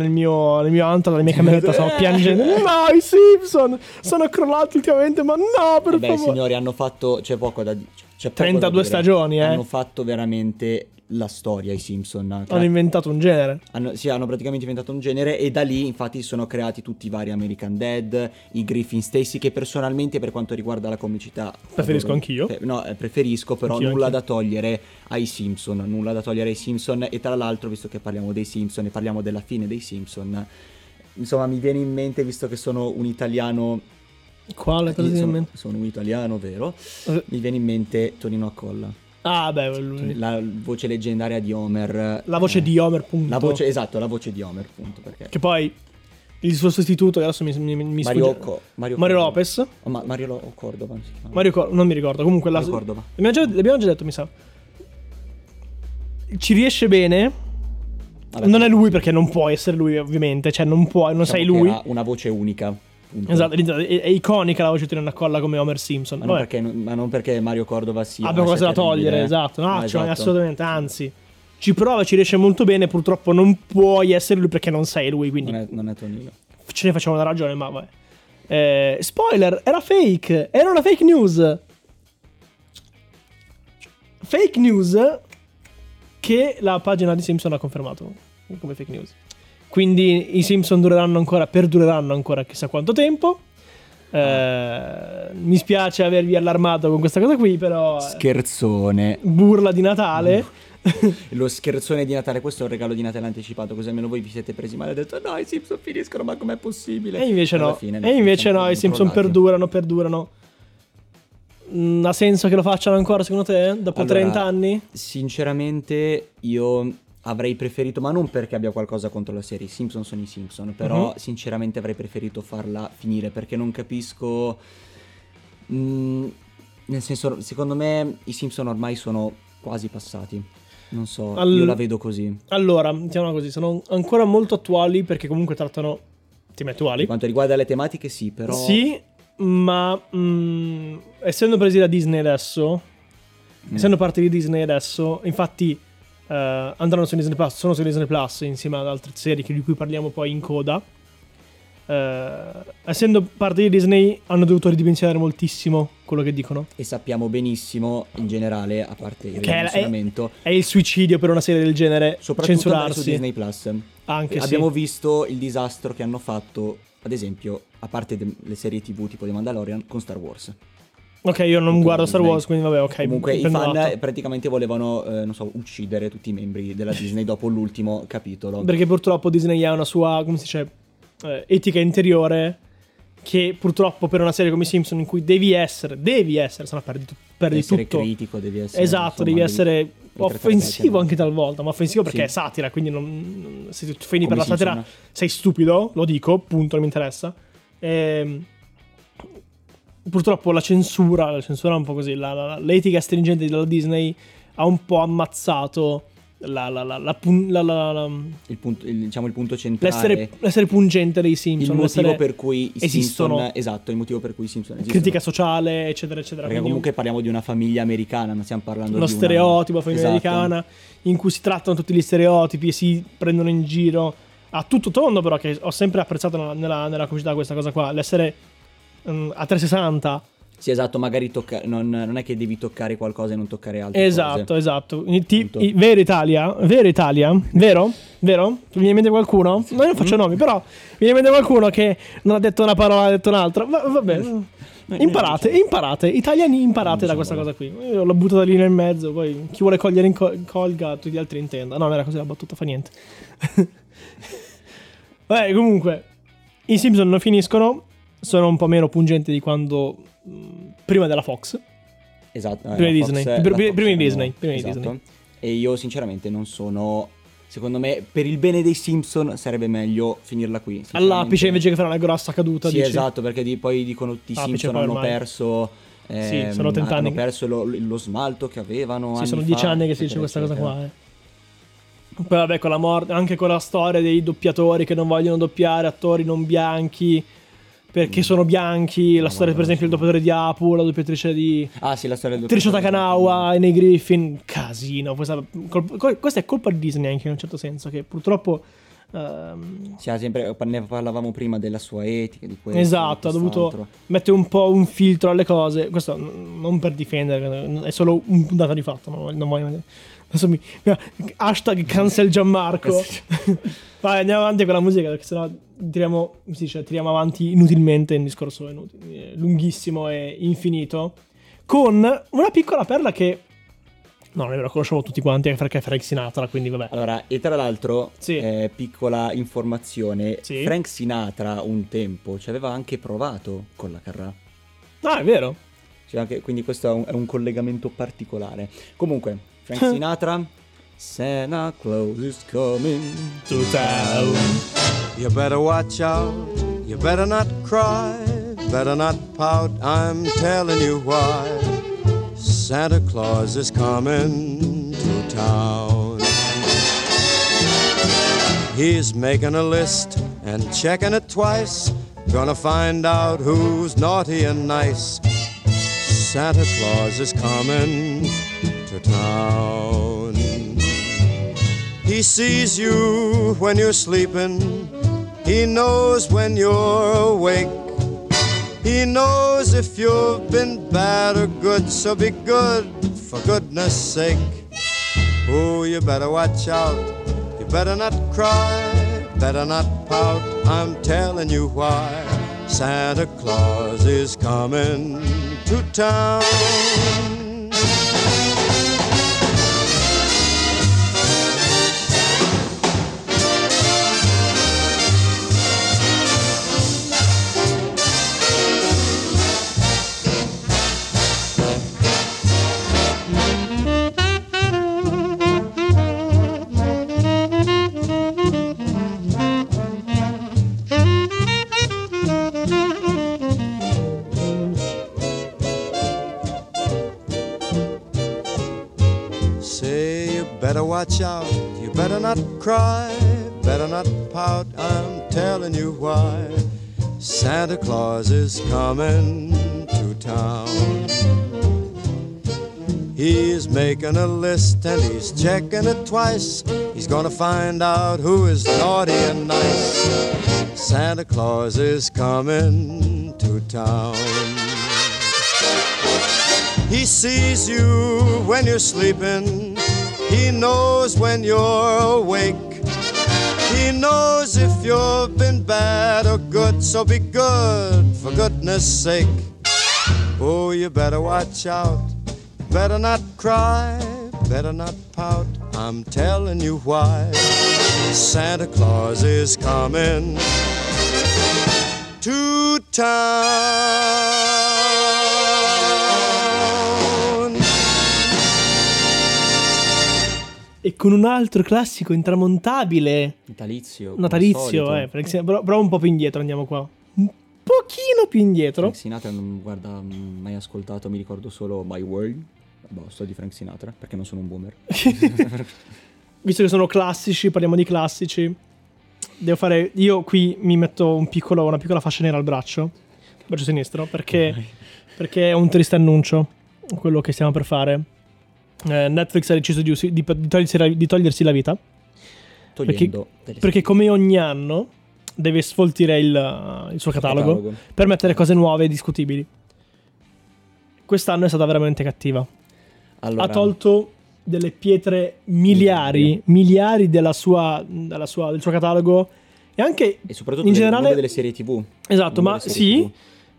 antro, nella mia cameretta stavo piangendo. No, i Simpson sono crollati ultimamente, ma no, per Vabbè, favore. signori, hanno fatto. C'è poco da dire. 32 stagioni, Hanno fatto veramente la storia i Simpson. Hanno inventato un genere. Hanno praticamente inventato un genere e da lì infatti sono creati tutti i vari American Dad, i Griffin stessi, che personalmente per quanto riguarda la comicità Preferisco anch'io. Preferisco, però Anch'io. da togliere ai Simpson, nulla da togliere ai Simpson. E tra l'altro, visto che parliamo dei Simpson e parliamo della fine dei Simpson, insomma mi viene in mente, visto che sono un italiano. Quale? Sono un italiano, vero? Mi viene in mente Tonino Accolla. Ah, beh, lui. La voce leggendaria di Homer. La voce di Homer, punto. La voce di Homer, punto. Perché... Che poi il suo sostituto, adesso mi Mario Lopez. Oh, Mario Cordova. Non mi ricordo. Comunque Mario Cordova. L'abbiamo già detto, mi sa. Ci riesce bene. Vabbè, non è lui, perché non può essere lui, ovviamente. Cioè, non sei lui. Ha una voce unica. Punto. Esatto, è iconica la voce di una colla come Homer Simpson. Ma non perché Mario Cordova sia. Abbia qualcosa da togliere, esatto. No, esatto. Assolutamente, anzi. Ci prova, ci riesce molto bene. Purtroppo non puoi essere lui perché non sei lui. Quindi non è Tonino. Ce ne facciamo una ragione, ma vabbè. Spoiler, era fake. Era una fake news. Fake news che la pagina di Simpson ha confermato come fake news. Quindi i Simpson perdureranno ancora chissà quanto tempo. Mi spiace avervi allarmato con questa cosa qui, però scherzone. Burla di Natale. Lo scherzone di Natale, questo è un regalo di Natale anticipato, così almeno voi vi siete presi male e avete detto no, i Simpson finiscono, ma com'è possibile? E invece no, i Simpson perdurano. Ha senso che lo facciano ancora, secondo te? Dopo 30 anni? Sinceramente io avrei preferito, ma non perché abbia qualcosa contro la serie, i Simpson sono i Simpson, però sinceramente avrei preferito farla finire, perché non capisco, nel senso, secondo me i Simpson ormai sono quasi passati, non so, io la vedo così. Allora, diciamo così, sono ancora molto attuali, perché comunque trattano temi attuali. Per quanto riguarda le tematiche sì, però... Sì, ma essendo presi da Disney adesso, essendo parte di Disney adesso, infatti andranno su Disney Plus, sono su Disney Plus insieme ad altre serie di cui parliamo poi in coda. Essendo parte di Disney hanno dovuto ridimensionare moltissimo quello che dicono. E sappiamo benissimo in generale, a parte il ridimensionamento, è il suicidio per una serie del genere, soprattutto censurarsi su Disney Plus. Anche abbiamo visto il disastro che hanno fatto, ad esempio, a parte le serie TV tipo The Mandalorian, con Star Wars. Ok, io non guardo Star Wars, quindi vabbè, ok. Comunque i fan praticamente volevano, non so, uccidere tutti i membri della Disney dopo l'ultimo capitolo. Perché purtroppo Disney ha una sua, come si dice, etica interiore, che purtroppo per una serie come i Simpson, in cui devi essere, se no perdi essere tutto. Critico, devi essere... Esatto, devi essere offensivo anche talvolta, ma offensivo perché è satira, quindi se tu offendi per la satira sei stupido, lo dico, punto, non mi interessa. Purtroppo la censura è un po' così, l'etica stringente della Disney ha un po' ammazzato il punto centrale, l'essere pungente dei Simpson, il motivo per cui i esistono. Simpson, esatto, il motivo per cui i Simpson esistono, critica sociale, eccetera eccetera, perché comunque parliamo di una famiglia americana, non stiamo parlando di uno stereotipo famiglia americana, in cui si trattano tutti gli stereotipi e si prendono in giro a tutto tondo, però che ho sempre apprezzato nella comicità questa cosa qua, l'essere a 360. Sì, esatto, magari non è che devi toccare qualcosa e non toccare altre cose. Esatto. Vero Italia? Vero? Mi viene in mente qualcuno? No, io non faccio nomi, però mi viene in mente qualcuno che non ha detto una parola, ha detto un'altra. Vabbè. Imparate, italiani, imparate da questa cosa qui. Io l'ho buttata lì nel mezzo, poi chi vuole cogliere colga, tutti gli altri intenda. No, non era così la battuta, fa niente. Vabbè, comunque, i Simpson non finiscono, sono un po' meno pungenti di quando prima della Fox. Esatto, prima di Disney. Prima di Disney. E io sinceramente non sono... Secondo me, per il bene dei Simpson sarebbe meglio finirla qui. All'apice invece che fare una grossa caduta. Sì, dici? Esatto, perché poi dicono tutti i Simpson hanno perso... sì, sono 30 anni. Hanno perso lo smalto che avevano. Sì, sono 10 anni che si dice questa cosa qua. Poi vabbè, con la morte, anche con la storia dei doppiatori che non vogliono doppiare attori non bianchi perché sono bianchi. La storia, per esempio, il doppiatore di Apu, la doppiatrice di... Ah sì, la storia del Tricia Takanawa e nei Griffin. Casino. Questa è colpa di Disney anche in un certo senso, che purtroppo... sempre, ne parlavamo prima della sua etica, di questo. Esatto, ha dovuto mettere un po' un filtro alle cose. Questo non per difendere, è solo un dato di fatto. Non voglio... Adesso hashtag cancel Gianmarco. Vai, andiamo avanti con la musica, perché sennò tiriamo avanti inutilmente un discorso lunghissimo e infinito, con una piccola perla che non è vero, conosciamo tutti quanti, perché è Frank Sinatra, quindi vabbè. Allora, e tra l'altro, piccola informazione, Frank Sinatra un tempo ci aveva anche provato con la Carrà. Ah, è vero? quindi questo è un collegamento particolare. Comunque, Frank Sinatra, Santa Claus is coming to town. You better watch out, you better not cry, better not pout, I'm telling you why. Santa Claus is coming to town. He's making a list and checking it twice, gonna find out who's naughty and nice. Santa Claus is coming to town. He sees you when you're sleeping, he knows when you're awake, he knows if you've been bad or good, so be good for goodness sake. Oh, you better watch out, you better not cry, better not pout, I'm telling you why. Santa Claus is coming to town. Better watch out, you better not cry, better not pout, I'm telling you why. Santa Claus is coming to town. He's making a list and he's checking it twice, he's gonna find out who is naughty and nice. Santa Claus is coming to town. He sees you when you're sleeping, he knows when you're awake, he knows if you've been bad or good, so be good for goodness sake. Oh, you better watch out, better not cry, better not pout, I'm telling you why. Santa Claus is coming to town. E con un altro classico intramontabile natalizio, però un po' più indietro, andiamo qua un pochino più indietro. Frank Sinatra non guarda mai ascoltato, mi ricordo solo My World, sto di Frank Sinatra perché non sono un boomer. Visto che sono classici, parliamo di classici, io qui mi metto una piccola fascia nera al braccio sinistro, perché è un triste annuncio quello che stiamo per fare. Netflix ha deciso di togliersi la vita perché come ogni anno deve sfoltire il suo catalogo per mettere cose nuove e discutibili. Quest'anno è stata veramente cattiva. Allora, ha tolto delle pietre miliari del suo catalogo e anche e soprattutto in generale delle serie TV. Esatto, ma sì,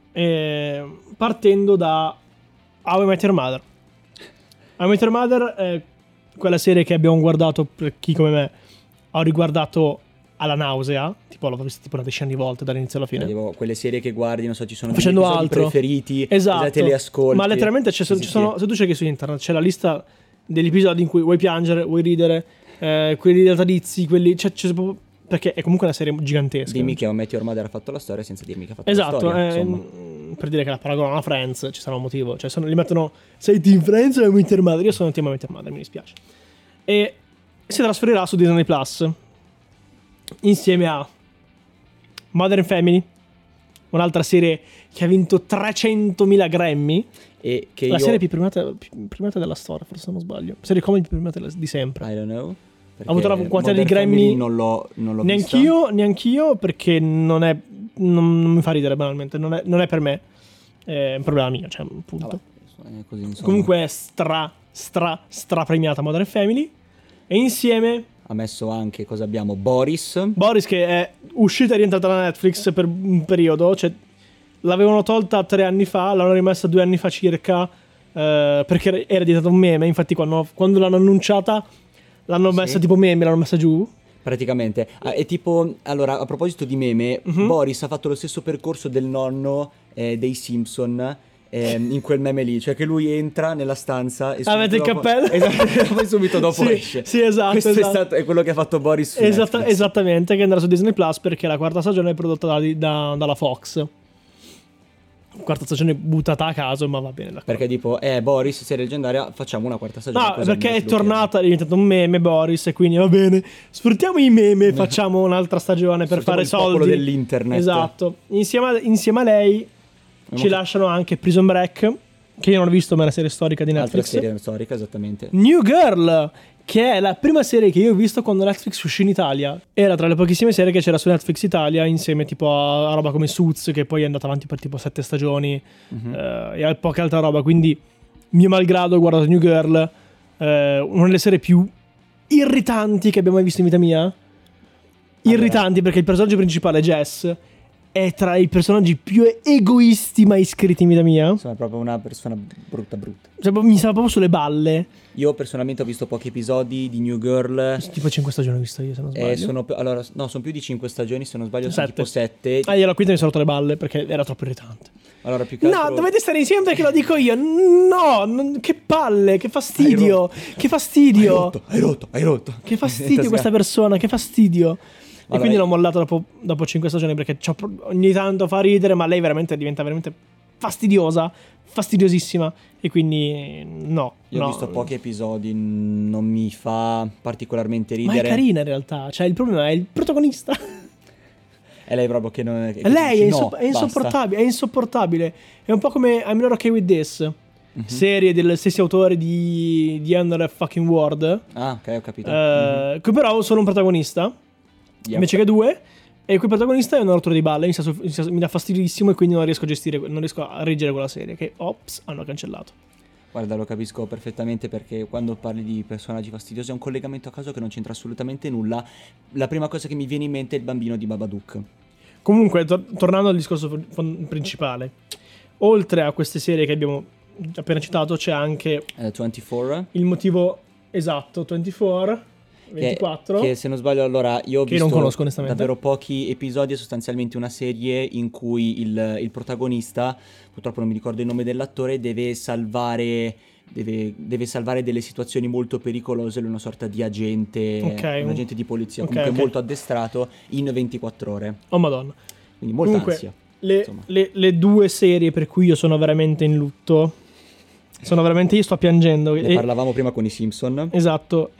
partendo da How I Met Your Mother. How I Met Your Mother è quella serie che abbiamo guardato, per chi come me ho riguardato alla nausea, tipo l'ho vista tipo una decina di volte dall'inizio alla fine. Quelle serie che guardi, non so, ci sono facendo degli altro preferiti, esatto, te li ascolti. Ma letteralmente se tu cerchi su internet c'è la lista degli episodi in cui vuoi piangere, vuoi ridere, quelli natalizi, quelli c'è proprio, perché è comunque una serie gigantesca. Dimmi che How I Met Your Mother ha fatto la storia senza dirmi che ha fatto esatto, la storia. Per dire che la paragonano a Friends ci sarà un motivo, cioè li mettono, sei team Friends o How I Met Your Mother? Io sono team How I Met Your Mother, mi dispiace. E si trasferirà su Disney Plus insieme a Modern Family, un'altra serie che ha vinto 300.000 Grammy e che la serie più premiata della storia, forse se non sbaglio, serie comedy più premiata di sempre. I don't know. Ha avuto la quantità di Grammy, non l'ho neanch'io perché non mi fa ridere banalmente, non è per me, è un problema mio, cioè punto. Vabbè, così, comunque è stra premiata Modern Family. E insieme ha messo anche, cosa abbiamo, Boris che è uscita e rientrata da Netflix per un periodo, cioè l'avevano tolta 3 anni fa, l'hanno rimessa 2 anni fa circa, perché era diventato un meme. Infatti quando l'hanno annunciata l'hanno messa tipo meme, l'hanno messa giù praticamente. E tipo, allora, a proposito di meme, Boris ha fatto lo stesso percorso del nonno dei Simpson, in quel meme lì, cioè che lui entra nella stanza e mette il cappello. Esatto, poi subito dopo esce. Sì, esatto. Questo è quello che ha fatto Boris su Netflix. Esattamente, che andrà su Disney Plus perché la quarta stagione è prodotta dalla Fox. Quarta stagione buttata a caso, ma va bene. Perché tipo, Boris, serie leggendaria, facciamo una quarta stagione. No, perché è tornata, è diventato un meme Boris, e quindi va bene, sfruttiamo i meme e facciamo un'altra stagione per fare soldi. Il popolo dell'internet. Esatto. Insieme a lei ci lasciano anche Prison Break, che io non ho visto, ma è una serie storica di Netflix. Altra serie storica, esattamente. New Girl, che è la prima serie che io ho visto quando Netflix uscì in Italia. Era tra le pochissime serie che c'era su Netflix Italia, insieme tipo a roba come Suits, che poi è andata avanti per tipo 7 stagioni, e a poca altra roba. Quindi, mio malgrado, ho guardato New Girl, una delle serie più irritanti che abbiamo mai visto in vita mia. Irritanti, perché il personaggio principale, Jess, è tra i personaggi più egoisti mai scritti in vita mia. Insomma, è proprio una persona brutta. Cioè, mi stava proprio sulle balle. Io personalmente ho visto pochi episodi di New Girl. Tipo 5 stagioni ho visto io, se non sbaglio. Sono più di 5 stagioni, se non sbaglio, sono 7. tipo 7. Io la quinta mi sono rotto le balle perché era troppo irritante. Allora, più che altro... No, dovete stare insieme perché lo dico io. No, che palle, che fastidio. Che fastidio. Hai rotto. Che fastidio questa persona, che fastidio. E quindi l'ho mollato dopo 5 stagioni perché ogni tanto fa ridere, ma lei diventa veramente fastidiosa, fastidiosissima. E quindi no. Io ho visto pochi episodi, non mi fa particolarmente ridere. Ma è carina in realtà, cioè il problema è il protagonista. È lei proprio che non è... Che lei dici, è insopportabile, è insopportabile. È un po' come I'm Not Okay With This, serie degli stessi autori di The End of the Fucking World. Ah, ok, ho capito. Che però ha solo un protagonista, invece che 2. E quel protagonista è un rottura di balle, mi dà fastidissimo, e quindi non riesco a reggere quella serie, che hanno cancellato. Guarda, lo capisco perfettamente, perché quando parli di personaggi fastidiosi è un collegamento a caso che non c'entra assolutamente nulla. La prima cosa che mi viene in mente è il bambino di Babadook. Comunque, tornando al discorso principale, oltre a queste serie che abbiamo appena citato, c'è anche 24. Il motivo esatto, 24. Che se non sbaglio, allora io ho visto non conosco onestamente davvero pochi episodi. È sostanzialmente una serie in cui il protagonista, purtroppo non mi ricordo il nome dell'attore, deve salvare delle situazioni molto pericolose. Lui è una sorta di agente, un agente di polizia, comunque molto addestrato, in 24 ore. Oh madonna. Quindi molta ansia. Le 2 serie per cui io sono veramente in lutto, io sto piangendo. Ne parlavamo prima con i Simpson. Esatto.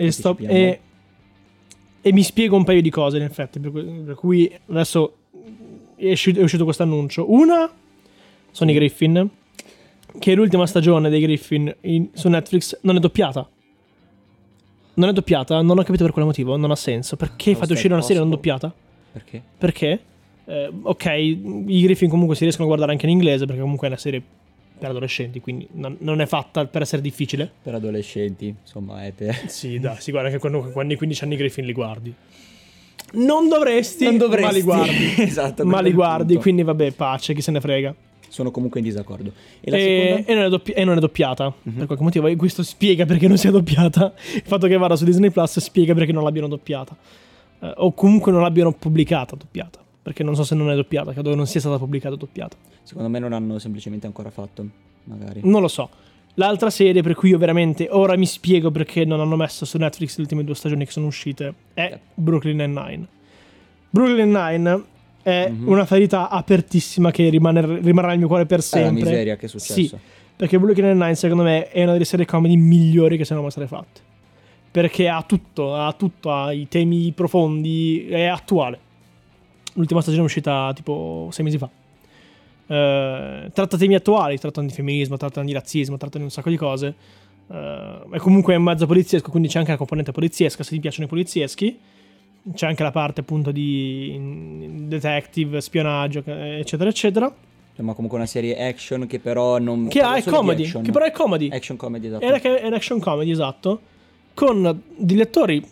E mi spiego un paio di cose, in effetti, per cui adesso è uscito questo annuncio. Una sono i Griffin, che l'ultima stagione dei Griffin su Netflix non è doppiata. Non ho capito per quale motivo, non ha senso. Perché fate uscire una serie non doppiata? Perché? Ok, i Griffin comunque si riescono a guardare anche in inglese, perché comunque è una serie per adolescenti, quindi non è fatta per essere difficile. Per adolescenti, insomma, è per... Sì, dai, si guarda che quando hai 15 anni Griffin li guardi. Non dovresti, ma li guardi. Esatto. Ma li guardi, quindi vabbè, pace, chi se ne frega. Sono comunque in disaccordo. E la seconda? E non è doppiata, per qualche motivo. E questo spiega perché non sia doppiata. Il fatto che vada su Disney Plus spiega perché non l'abbiano doppiata. O comunque non l'abbiano pubblicata doppiata. Perché non so se non è doppiata, credo non sia stata pubblicata doppiata. Secondo me non hanno semplicemente ancora fatto, magari. Non lo so. L'altra serie per cui io veramente ora mi spiego perché non hanno messo su Netflix le ultime 2 stagioni che sono uscite è Brooklyn Nine-Nine. Brooklyn Nine è una ferita apertissima che rimarrà nel mio cuore per sempre. È la miseria che è successo. Sì, perché Brooklyn Nine-Nine secondo me è una delle serie comedy migliori che siano mai state fatte. Perché ha tutto, ha i temi profondi, è attuale. L'ultima stagione è uscita tipo 6 mesi fa. Tratta temi attuali, trattano di femminismo, trattano di razzismo, trattano di un sacco di cose. È comunque un mezzo poliziesco, quindi c'è anche la componente poliziesca, se ti piacciono i polizieschi. C'è anche la parte appunto di detective, spionaggio, eccetera, eccetera. Ma comunque una serie action che però non... Che è comedy, che però è comedy. Action comedy, esatto. È un action comedy, esatto. Con degli attori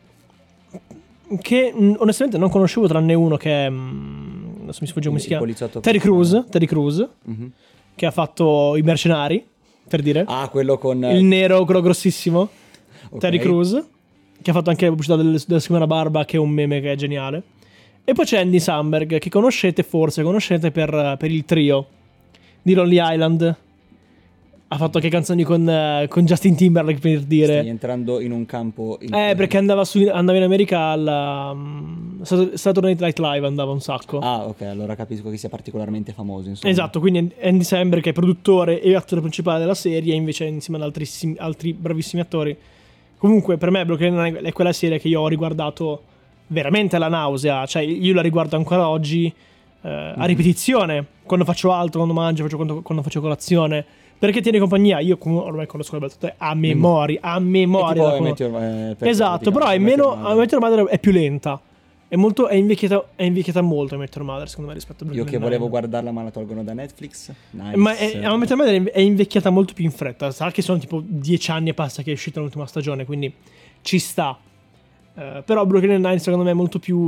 che onestamente non conoscevo, tranne uno che è... adesso mi sfugge come si chiama. Terry Crews, che ha fatto I Mercenari, per dire. Ah, quello con... il nero, quello grossissimo. Okay. Terry Crews, che ha fatto anche la pubblicità della signora Barba, che è un meme che è geniale. E poi c'è Andy Samberg, che forse conoscete per il trio di Lonely Island, Ha fatto anche canzoni con Justin Timberlake, per dire. Stai entrando in un campo... Perché andava in America alla Saturday Night Live, andava un sacco. Ah, ok, allora capisco che sia particolarmente famoso, insomma. Esatto, quindi Andy Samberg, che è produttore e attore principale della serie, invece insieme ad altri bravissimi attori. Comunque, per me Brooklyn Nine-Nine è quella serie che io ho riguardato veramente alla nausea. Cioè, io la riguardo ancora oggi a ripetizione, quando faccio altro, quando mangio, quando faccio colazione. Perché tiene compagnia. Io ormai conosco le battute a memoria. Esatto, però è meno. A Met Your Mother è più lenta. È invecchiata molto a Met Your Mother, secondo me, rispetto a Brooklyn Io che Nine-Nine. volevo guardarla, ma la tolgono da Netflix. Nice. Ma a Met Your Mother è invecchiata molto più in fretta. Sa che sono tipo 10 anni e passa che è uscita l'ultima stagione, quindi ci sta. Però Brooklyn Nine-Nine secondo me è molto più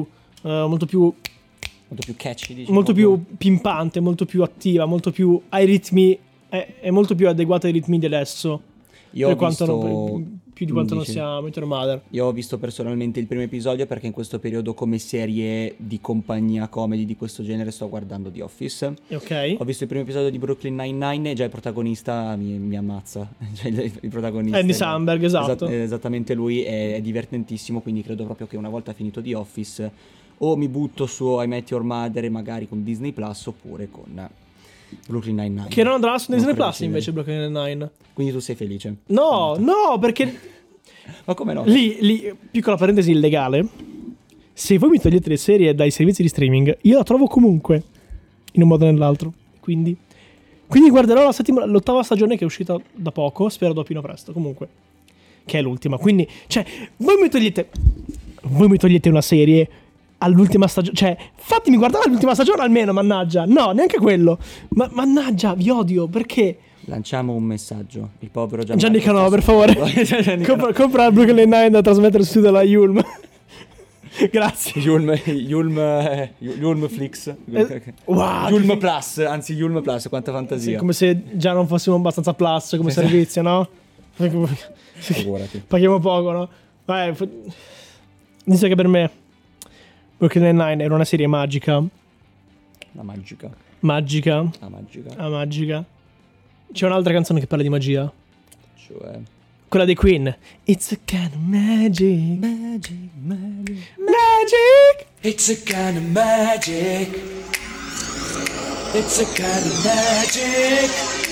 catchy, dici, molto più pimpante, molto più attiva, molto più ai ritmi. È molto più adeguata ai ritmi di adesso. Io Più di quanto non sia Met Your Mother. Io ho visto personalmente il primo episodio perché in questo periodo, come serie di compagnia comedy di questo genere, sto guardando The Office. Ok. Ho visto il primo episodio di Brooklyn Nine-Nine e già il protagonista mi ammazza. Cioè il protagonista Andy Samberg, esatto. Esattamente lui, è divertentissimo, quindi credo proprio che una volta finito The Office o mi butto su I Met Your Mother e magari con Disney Plus, oppure con Brooklyn Nine-Nine. Che non andrà su Disney Plus invece Brooklyn Nine-Nine. Quindi tu sei felice? No, perché ma come no? Lì, piccola parentesi illegale. Se voi mi togliete le serie dai servizi di streaming, io la trovo comunque, in un modo o nell'altro. Quindi guarderò l'ottava stagione che è uscita da poco, spero doppino presto, comunque, che è l'ultima. Quindi, cioè, voi mi togliete una serie all'ultima stagione, cioè fatemi guardare l'ultima stagione almeno, mannaggia. No, neanche quello. Mannaggia, vi odio, perché lanciamo un messaggio. Il povero Gianni Canova, per favore. compra il Brooklyn Nine-Nine da trasmettere su della Yulm. Grazie. Yulm Flix. Wow, Yulm Plus, anzi Yulm Plus, quanta fantasia. Sì, come se già non fossimo abbastanza plus come servizio, no? Figurati. Paghiamo poco, no? Dice che per me Brooklyn Nine-Nine era una serie magica. La magica. Magica. La magica. C'è un'altra canzone che parla di magia. Cioè? Quella dei Queen. It's a kind of magic. Magic. Magic. It's a kind of magic. It's a kind of magic.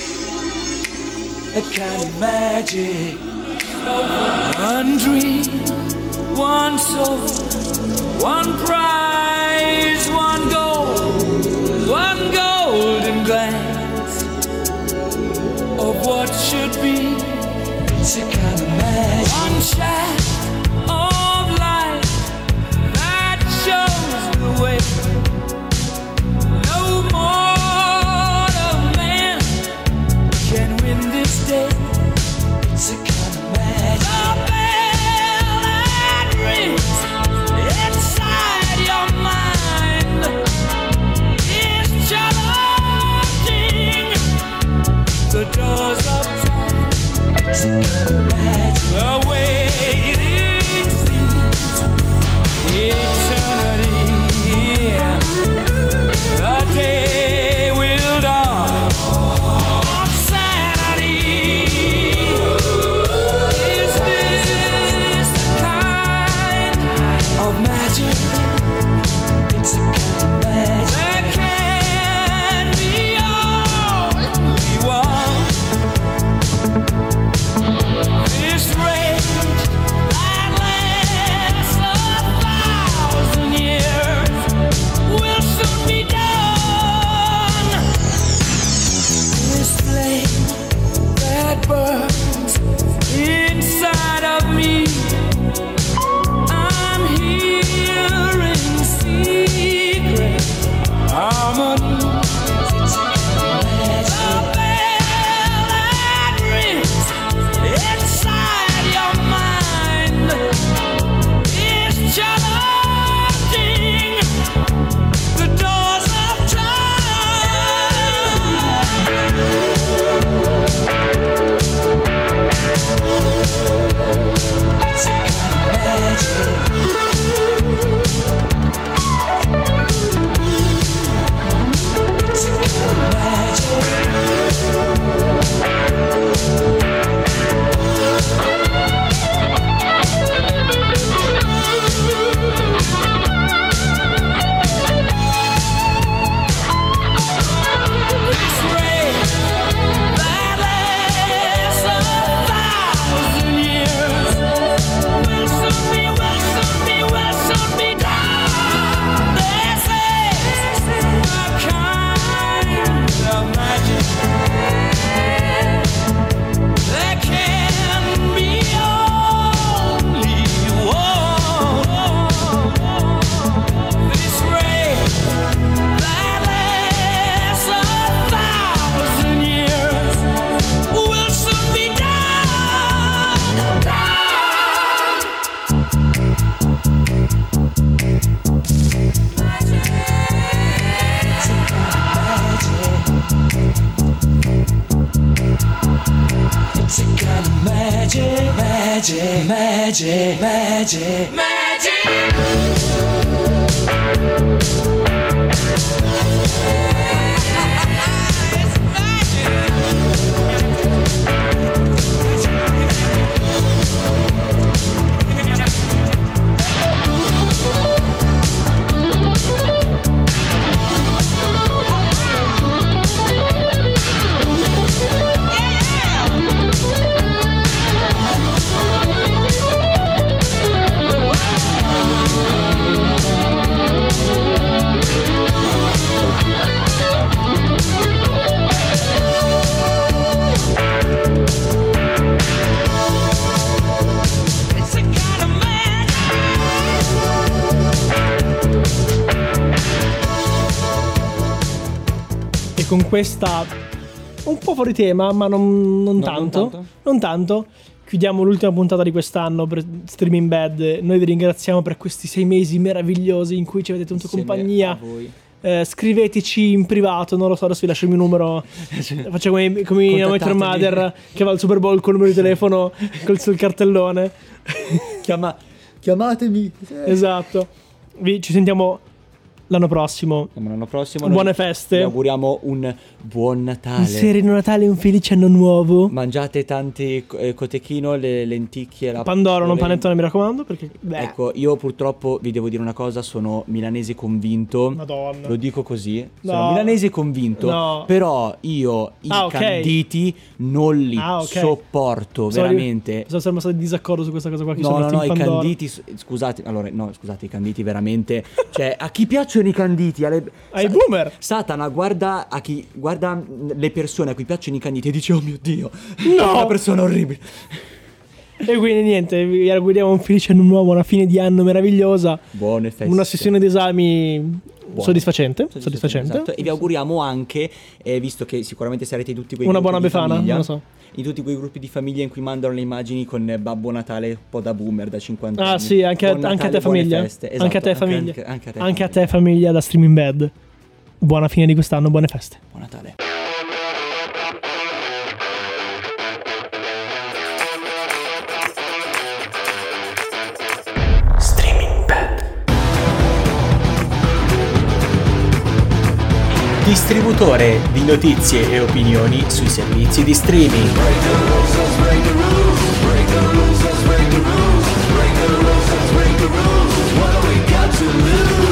A kind of magic. One dream, one soul, one prize, one golden glance of what should be. It's a kind of magic. One shaft of light that shows the way. No mortal man can win this day. It's a kind of magic. The bell that rings inside your magic, magic, magic, con questa un po' fuori tema, ma non tanto. Chiudiamo l'ultima puntata di quest'anno per Streaming Bad. Noi vi ringraziamo per questi 6 mesi meravigliosi in cui ci avete tenuto compagnia. Scriveteci in privato, non lo so, adesso vi lascio il mio numero. Faccio come How I Met Your Mother che va al Super Bowl col numero di telefono sul cartellone. Chiamatemi. Esatto. Ci sentiamo l'anno prossimo. Buone feste. Vi auguriamo un buon Natale. Un sereno Natale e un felice anno nuovo. Mangiate tanti cotechino, le lenticchie, Pandoro, non panettone, mi raccomando, perché ecco, io purtroppo vi devo dire una cosa, sono milanese convinto. Madonna. Lo dico così. Sono milanese convinto. Però io i canditi non li sopporto, veramente. Sono sempre stato in disaccordo su questa cosa qua. No, i canditi, scusate, i canditi veramente. Cioè, a chi piacciono i canditi? Ai boomer. Satana guarda le persone a cui piacciono i canditi e dice: oh mio Dio, no, una persona orribile. E quindi niente, vi auguriamo un felice anno nuovo, una fine di anno meravigliosa. Buone feste. Una sessione d'esami soddisfacente. Esatto. E vi auguriamo anche, visto che sicuramente sarete tutti quei una gruppi buona di befana, famiglia, non lo so, in tutti quei gruppi di famiglia in cui mandano le immagini con Babbo Natale un po' da boomer, da 50 anni. Ah sì, anche a te famiglia. Esatto, anche a te famiglia. Anche a te famiglia da Streaming Bad. Buona fine di quest'anno, buone feste. Buon Natale. Streaming Bad. Distributore di notizie e opinioni sui servizi di streaming. What do we got to lose?